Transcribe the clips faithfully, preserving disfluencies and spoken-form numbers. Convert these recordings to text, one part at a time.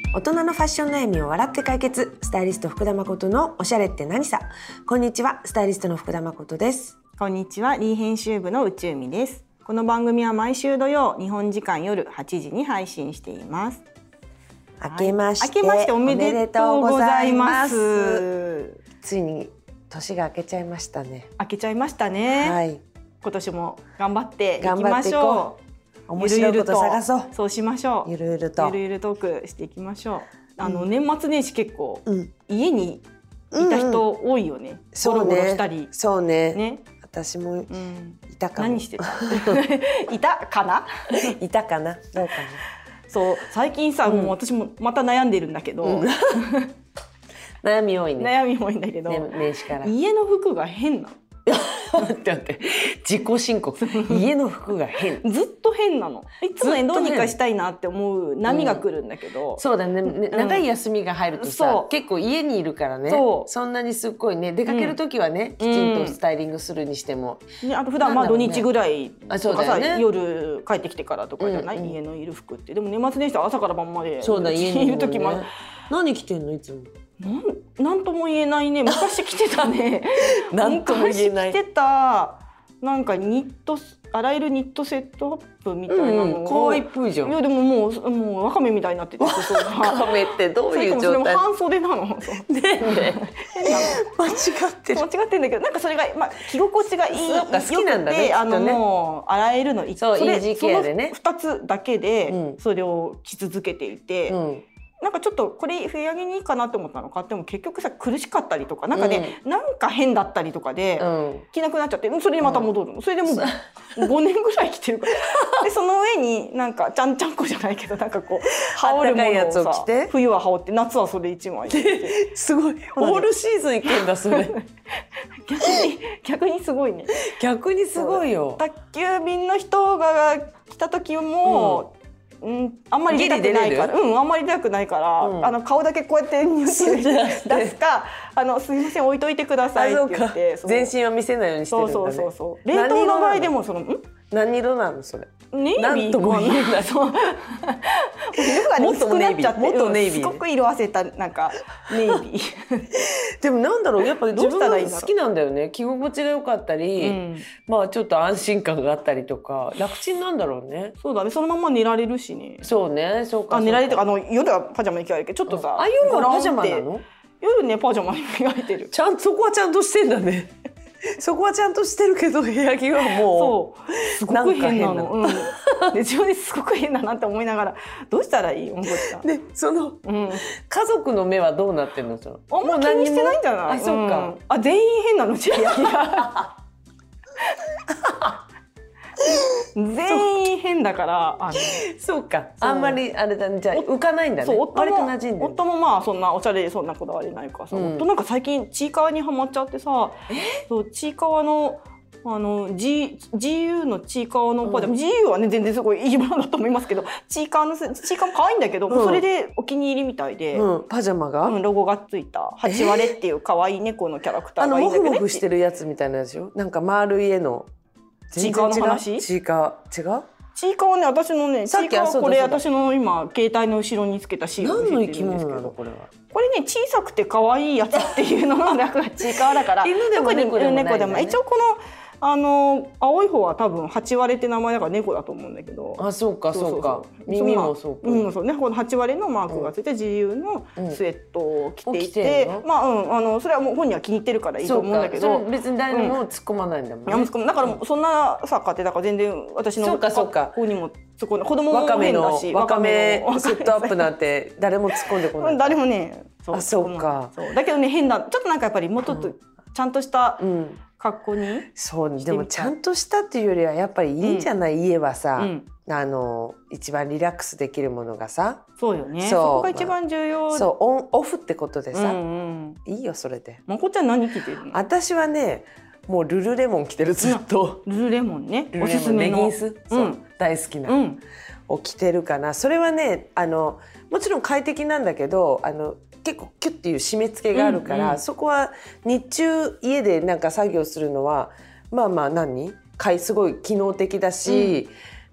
大人のファッション悩みを笑って解決、スタイリスト福田誠のおしゃれって何さ。こんにちは、スタイリストの福田誠です。 こんにちは、リー編集部の宇宙美です。この番組は毎週土曜日本時間夜はちじに配信しています。 明けまして、 はい、明けましておめでとうございます。 ついに年が明けちゃいましたね。 明けちゃいましたね。はい、今年も頑張っていきましょう。 面白いこと探そう。 そうしましょう。 ゆるゆるとゆるゆるトークしていきましょう。あの、うん、年末年始結構、うん、家にいた人多いよね。ゴロゴロしたり。 そうね。ね。私もいたかも。 何してた？いたかな？ いたかな？どうかな？ そう最近さ、うん、もう私もまた悩んでるんだけど、うん、 悩み多いね。 悩み多いんだけど、ね、 年始から家の服が変なの。 待って待って自己申告。家の服が変。 ずっと変なの。いつもねどうにかしたいなって思う波が来るんだけど、 うん、そうだね、ね、長い休みが入るとさ、うん、結構家にいるからね。そ, そんなにすっごいね出かける時はね、うん、きちんとスタイリングするにしても、 うん、あと普段まあ土日ぐらいとかさ、ね、夜帰ってきてからとかじゃない、うんうん、家のいる服って。でも年末年始は朝から晩までそうだ家にいる時も、 ね、何着てんのいつも。 なんなんとも言えないね。昔着てたね。 なんとも言えない。 昔着てたなんかニットあらゆるニットセットアップみたいなのを、 可愛いっぽいじゃん。 いやでももうもうワカメみたいになってて、 ワカメってどういう状態？ それも半袖なの。ねえねえ間違ってる。 間違ってんだけどなんかそれがまあ着心地がいい。 好きなんだね。 あのもう洗えるの一そうイージーケアでね。 ふたつだけでそれを着続けていて。うんなんかちょっとこれ冬上げにいいかなって思ったのかっても結局さ苦しかったりとかなんかね、うん、なんか変だったりとかで、うん、着なくなっちゃってそれにまた戻るの、うん、それでもうごねんぐらい着てるからでその上になんかちゃんちゃんこじゃないけどなんかこう羽織るものをさ冬は羽織って夏はそれ一枚すごいオールシーズンいけんだそれ逆に逆にすごいね。 逆にすごいよ。 宅急便の人が来た時も、うんうん、あんまり出たくないから、うん、あんまり出たくないから、うん、あの顔だけこうやって出すか、あのすいません置いといてくださいって言って、 全身は見せないようにしてるんだね。 そうそうそうそう。冷凍の場合でもそのん？ 何色なのそれ？ ネイビー。 なんとも言えない。 そう。色がね薄くなっちゃって、 元ネイビー。 すごく色あせたなんかネイビー。 でもなんだろうやっぱ自分が好きなんだよね。着心地が良かったり、うん、まあちょっと安心感があったりとか楽ちんなんだろうね。 そうだね。そのまま寝られるしね。 そうね。そうか。 あ寝られてあの夜はパジャマに着替えるけどちょっとさ。 うん、あ夜はパジャマなの？ 夜ねパジャマに着替えてる。 ちゃんそこはちゃんとしてんだね。そこはちゃんとしてるけど部屋着はもうそうすごく変なの。うん、で自分ですごく変だなって思いながらどうしたらいい？思ったでその、うん、家族の目はどうなってんの？そのあんま気にしてないんじゃない？あそうか、うん、あ全員変なの部屋着が全員変だからあのそうかあんまりあれだねじゃあ浮かないんだね。 そう夫も割と馴染んでる。 夫もまあそんなおしゃれでそんなこだわりないからさ、うん、夫なんか最近ちいかわにハマっちゃってさそうちいかわのあの G ジーユー のちいかわのパジャマ、うん、ジーユー はね全然すごいいいブランドだと思いますけどちいかわのちいかわも可愛いんだけど、うん、それでお気に入りみたいで、 うん、パジャマが、 うん、ロゴがついたはち割れっていう可愛い猫のキャラクターがいいんだけど、ね、 あのモフモフしてるやつみたいなやつよ。なんか丸い絵のちいかわの話？ ちいかわ違う？ ちいかわね私のねちいかわこれ私の今携帯の後ろにつけたシールを見せてるんですけど、何の生き物なのこれは？これね小さくて可愛いやつっていうのがちいかわだから犬でも猫でもないんだね。 猫でも一応このあの青い方は多分はち割れって名前だから猫だと思うんだけど。 あそうかそうか。耳もそうか。 うんそうねこのはち割れのマークがついて ジーユー のスウェットを着ていて、まあうんあのそれはもう本人は気に入ってるからいいと思うんだけど、 別に誰にも突っ込まないんだもんね。 だからそんなさ家庭だから全然私の学校にも突っ込んで子供も変だしわかめセットアップなんて誰も突っ込んでこない。 誰もね。 あそうか。 だけどね変だちょっとなんかやっぱりもうちょっとちゃんとした格好にそうでもちゃんとしたっていうよりはやっぱりいいんじゃない、うん、家はさ、うん、あの一番リラックスできるものがさそうよね そ, そこが一番重要、 まあ、そうオンオフってことでさ、うんうん、いいよそれで。 まこちゃん何着てるの？ 私はねもうルルレモン着てるずっと、 うん、ルルレモンねおすすめのレギンス、そう、うん、大好きな、うん、を着てるかな。それはねあのもちろん快適なんだけどあの結構キュッっていう締め付けがあるから、うんうん、そこは日中家でなんか作業するのはまあまあ何すごい機能的だし、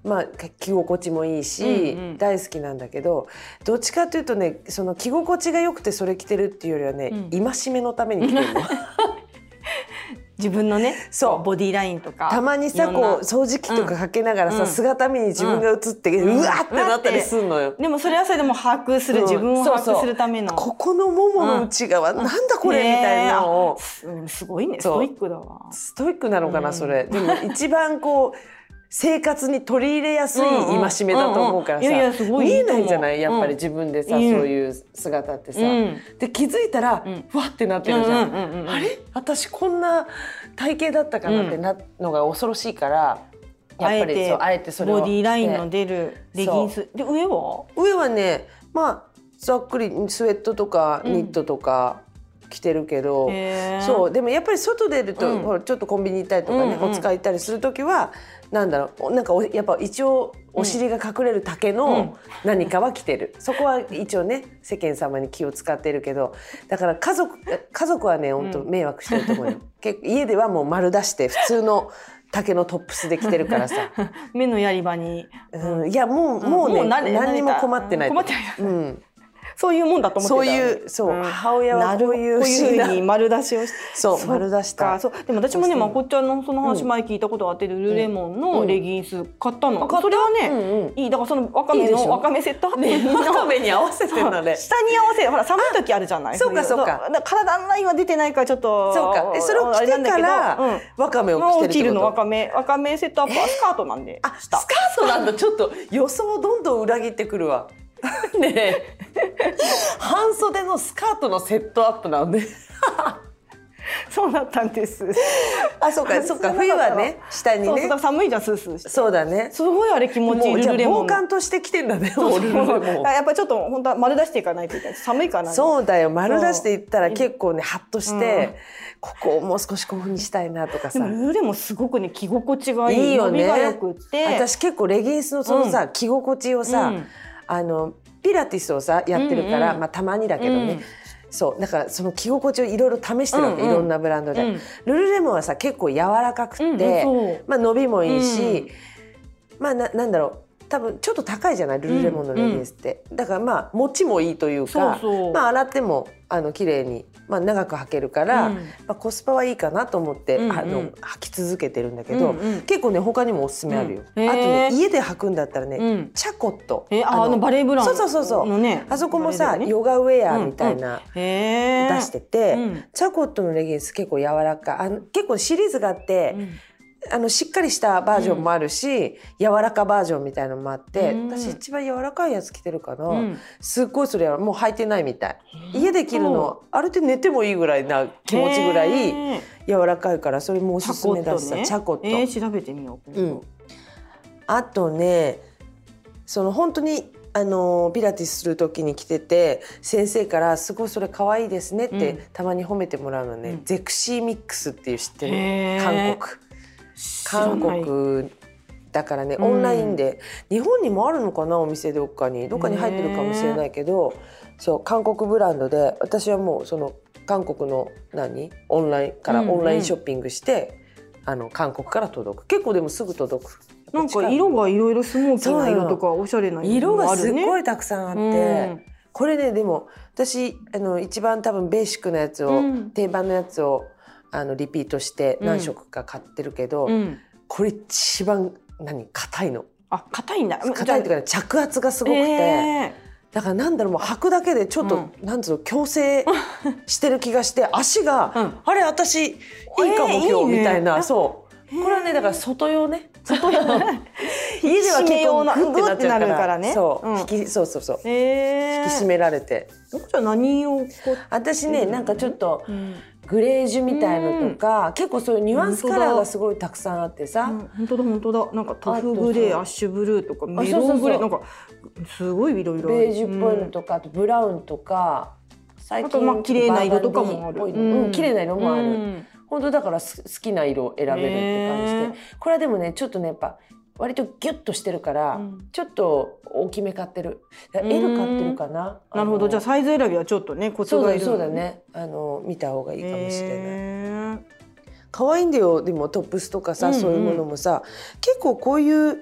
まあ着心地もいいし、うんうん、大好きなんだけど、どっちかというとね、その着心地が良くてそれ着てるっていうよりはね、うん、戒めのために着てるの。 自分のね、そうボディラインとかたまにさこう掃除機とかかけながらさ、うん、姿見に自分が映って、うん、うわってなったりするのよ。 でもそれはそれでも把握する、うん、自分を把握するための、 そうそう、ここのももの内側、うん、なんだこれみたいなのを、 うん、すごいね、ストイックだわ。 ストイックなのかな、それ。でも一番こう生活に取り入れやすい戒めだと思うからさ、見えないじゃない、やっぱり自分でさ、うん、そういう姿ってさ、うん、で気づいたら、うん、わってなってるじゃん。あれ、私こんな体型だったかなってなるのが恐ろしいから、 うん、やっぱりそうあえてそれをボディラインの出るレギンスで、上は上はね、まあざっくりスウェットとかニットとか、うん着てるけど、そうでもやっぱり外出ると、うん、ほらちょっとコンビニ行ったりとかね、うんうん、お使い行ったりする時はなんだろう、なんかやっぱ一応お尻が隠れる丈の何かは着てる、うん、そこは一応ね世間様に気を使ってるけど、だから家族家族はね本当迷惑してると思うよ、うん、結構家ではもう丸出して普通の丈のトップスで着てるからさ目のやり場に、 うん、いやもう、うん、もうね、もう何, 何にも困ってない、 困ってない、うんそういうもんだと思ってた。 そういう、そう、うん、母親はこういうこういう風に丸出しをして、 そう、丸出した。 そう、でも私もね、まこっちゃんのその話前聞いたことがあって、ルルレモンのレギンス買ったの。それはね、いい、だからそのわかめのわかめセットアップのわかめに合わせてるのね。 下に合わせ、ほら寒い時あるじゃない。 そうかそうか。 体のラインは出てないからちょっと。 そうか。え、それを着てからわかめを着てるってこと。 着るのわかめ、わかめセットアップはスカートなんで。 あ、スカートなんだ。ちょっと予想どんどん裏切ってくるわ。ねえ半袖のスカートのセットアップなんでそうだったんです。 あ、そうか、そうか、冬はね、下にね。 そうそう、寒いじゃん、スースーして。 そうだね。 すごいあれ気持ちいい。ルルレモン。 防寒として着てんだね。そうそうそう、 やっぱりちょっと本当は丸出していかないといけない。寒いから。 そうだよ、丸出していったら結構ね、ハッとして、うん、ここをもう少しこういう風にしたいなとかさ。 でもルルレモンすごくね、着心地がいい。いいよね。よくって。 私結構レギンスのそのさ、うん、着心地をさ、うん、あのピラティスをさやってるから、うんうん、まあたまにだけどね。うん、そうだからその着心地をいろいろ試してるわけ、うんうん、いろんなブランドで、うん、ルルレモンはさ結構柔らかくって、うんうん、まあ伸びもいいし、うん、まあ な, なんだろう多分ちょっと高いじゃないルルレモンのレギンスって、うんうん、だからまあ持ちもいいというか、そうそう、まあ洗ってもあの綺麗に、まあ、長く履けるから、うん、まあ、コスパはいいかなと思って、うんうん、あの履き続けてるんだけど、うんうん、結構ね他にもおすすめあるよ、うん、あとね家で履くんだったらね、うん、チャコット、 えー、あ, あのバレーブランそうそうそうそう、ね、あそこもさ、ね、ヨガウェアみたいな、うんうん、出してて、うん、チャコットのレギンス結構柔らかあの結構シリーズがあって、うん、あのしっかりしたバージョンもあるし、うん、柔らかバージョンみたいなのもあって、うん、私一番柔らかいやつ着てるかな、うん、すっごいそれはもう履いてないみたい、家で着るのあれって寝てもいいぐらいな気持ちぐらい柔らかいからそれもおすすめだしさ、チャコット、 えー、調べてみよう、うん、 あとねその本当にあのピラティスする時に着てて先生からすごいそれ可愛いですねって、うん、たまに褒めてもらうのね、うん、ゼクシーミックスっていう知ってる韓国韓国だからねオンラインで、うん、日本にもあるのかなお店どっかにどっかに入ってるかもしれないけどそう韓国ブランドで私はもうその韓国の何オンラインからオンラインショッピングして、うんうん、あの韓国から届く結構でもすぐ届くなんか色がいろいろスモーキーな色とかおしゃれな色があるね。色がすごいたくさんあって、うん、これねでも私あの一番多分ベーシックなやつを、うん、定番のやつをあのリピートして何色か買ってるけど、うん、これ一番何硬いの。 あ硬いんだ。 硬いというか、ね、着圧がすごくて、えー、だからなんだろうもう履くだけでちょっと、うん、なんつうの矯正してる気がして足が、うん、あれ私いいかも、えー、今日、いいね、みたいなそう。これはねだから外用ね外用家では結構グッてなっちゃうから、からね、そう、うん、引きそうそうそう、えー、引き締められてじゃあ何を私ねなんかちょっとグレージュみたいのとか、うん、結構そういうニュアンスカラーがすごいたくさんあってさ、うん、 本当だ本当だなんかトフグレーアッシュブルーとかメロングレーなんかすごいいろいろベージュっぽいのとか、うん、あとブラウンとか最近まあ綺麗な色とかもある、 うん、綺麗な色もある、うん、本当だから好きな色を選べるって感じで、えー、これはでもねちょっとねやっぱ割とギュッとしてるから、うん、ちょっと大きめ買ってる エル 買ってるかな。 なるほどじゃあサイズ選びはちょっとねコツがいるそうだねあの見た方がいいかもしれない、えー、可愛いんだよでもトップスとかさ、うんうん、そういうものもさ結構こういう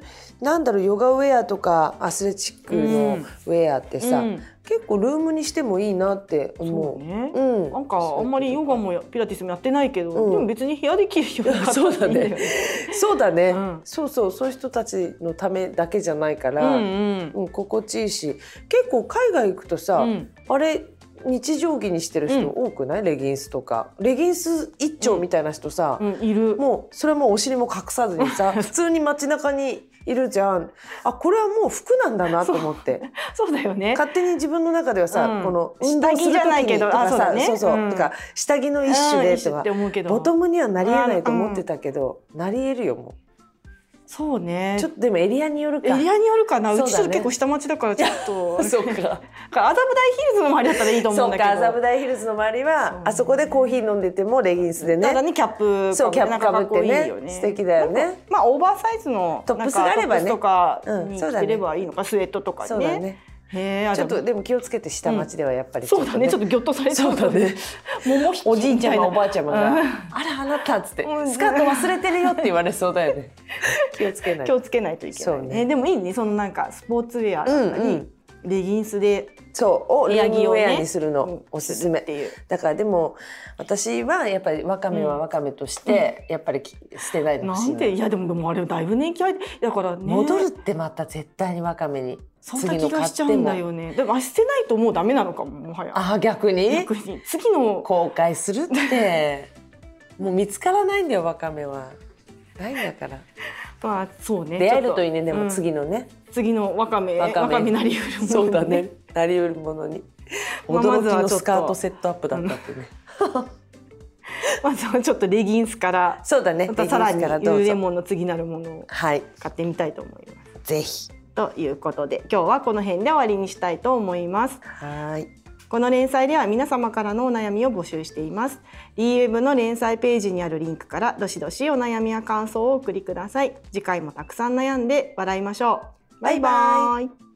なんだろう、ヨガウェアとかアスレチックのウェアってさ、うん、結構ルームにしてもいいなって思う。そうね、うん、 なんかあんまりヨガもピラティスもやってないけど、うん、でも別に部屋で着るようなそうだね。そうだね、うん、そうそう、そういう人たちのためだけじゃないから、うんうんうん、心地いいし、結構海外行くとさ、うん、あれ日常着にしてる人多くない、うん、レギンスとかレギンス一丁みたいな人さ、 うんうん、いる。 もうそれもお尻も隠さずにさ普通に街中にいるじゃん。あ、これはもう服なんだなと思ってそう、そうだよね。 勝手に自分の中ではさ、うん、この運動する時にとかさ、 そうそう、うん、とか下着の一種でとかボトムにはなり得ないと思ってたけど、なり得るよもう。 そうね。 ちょっとでもエリアによるか。 エリアによるかな。うちちょっと結構下町だからちょっと。 そうか。 麻布台ヒルズの周りだったらいいと思うんだけど。 そうか、麻布台ヒルズの周りは、あそこでコーヒー飲んでてもレギンスでね。 ただにキャップ。 そう、キャップかぶってね。素敵だよね。 まあオーバーサイズのトップスがあればね。 とかに着てればいいのか、スウェットとかね。 そうだね。へえ、ちょっとでも気をつけて下町ではやっぱり、 そうだね、ちょっとギョッとされちゃうだね。 おじいちゃんがおばあちゃまが「あらあなた」っつって「スカート忘れてるよ」って言われそうだよね。気をつけない気をつけないといけないね。でもいいね、そのなんかスポーツウェアだったりレギンスでそうをルームウェアにするのおすすめっていう。だからでも私はやっぱりワカメはワカメとしてやっぱり捨てないでほしい。 なんで、いやでもでもあれだいぶ年季入ってだからね。 戻るってまた絶対にワカメに。 そんな気がしちゃうんだよね。でも捨てないともうダメなのかも、もはや。 あ、逆に逆に次の後悔するってもう見つからないんだよ、ワカメは。ないんだから。 まあそうね。 出会えるといいね。でも次のね、 次のワカメワカメなりうるもの。 そうだね、なりうるものに驚きのスカートセットアップだったってね。 まずはちょっとレギンスから、そうだね、またさらにユルレモンの次なるものを買ってみたいと思います。 ぜひ。 ということで今日はこの辺で終わりにしたいと思います。 はい。 この連載では皆様からのお悩みを募集しています。 リーウェブ の連載ページにあるリンクからどしどしお悩みや感想をお送りください。次回もたくさん悩んで笑いましょう。バイバイ。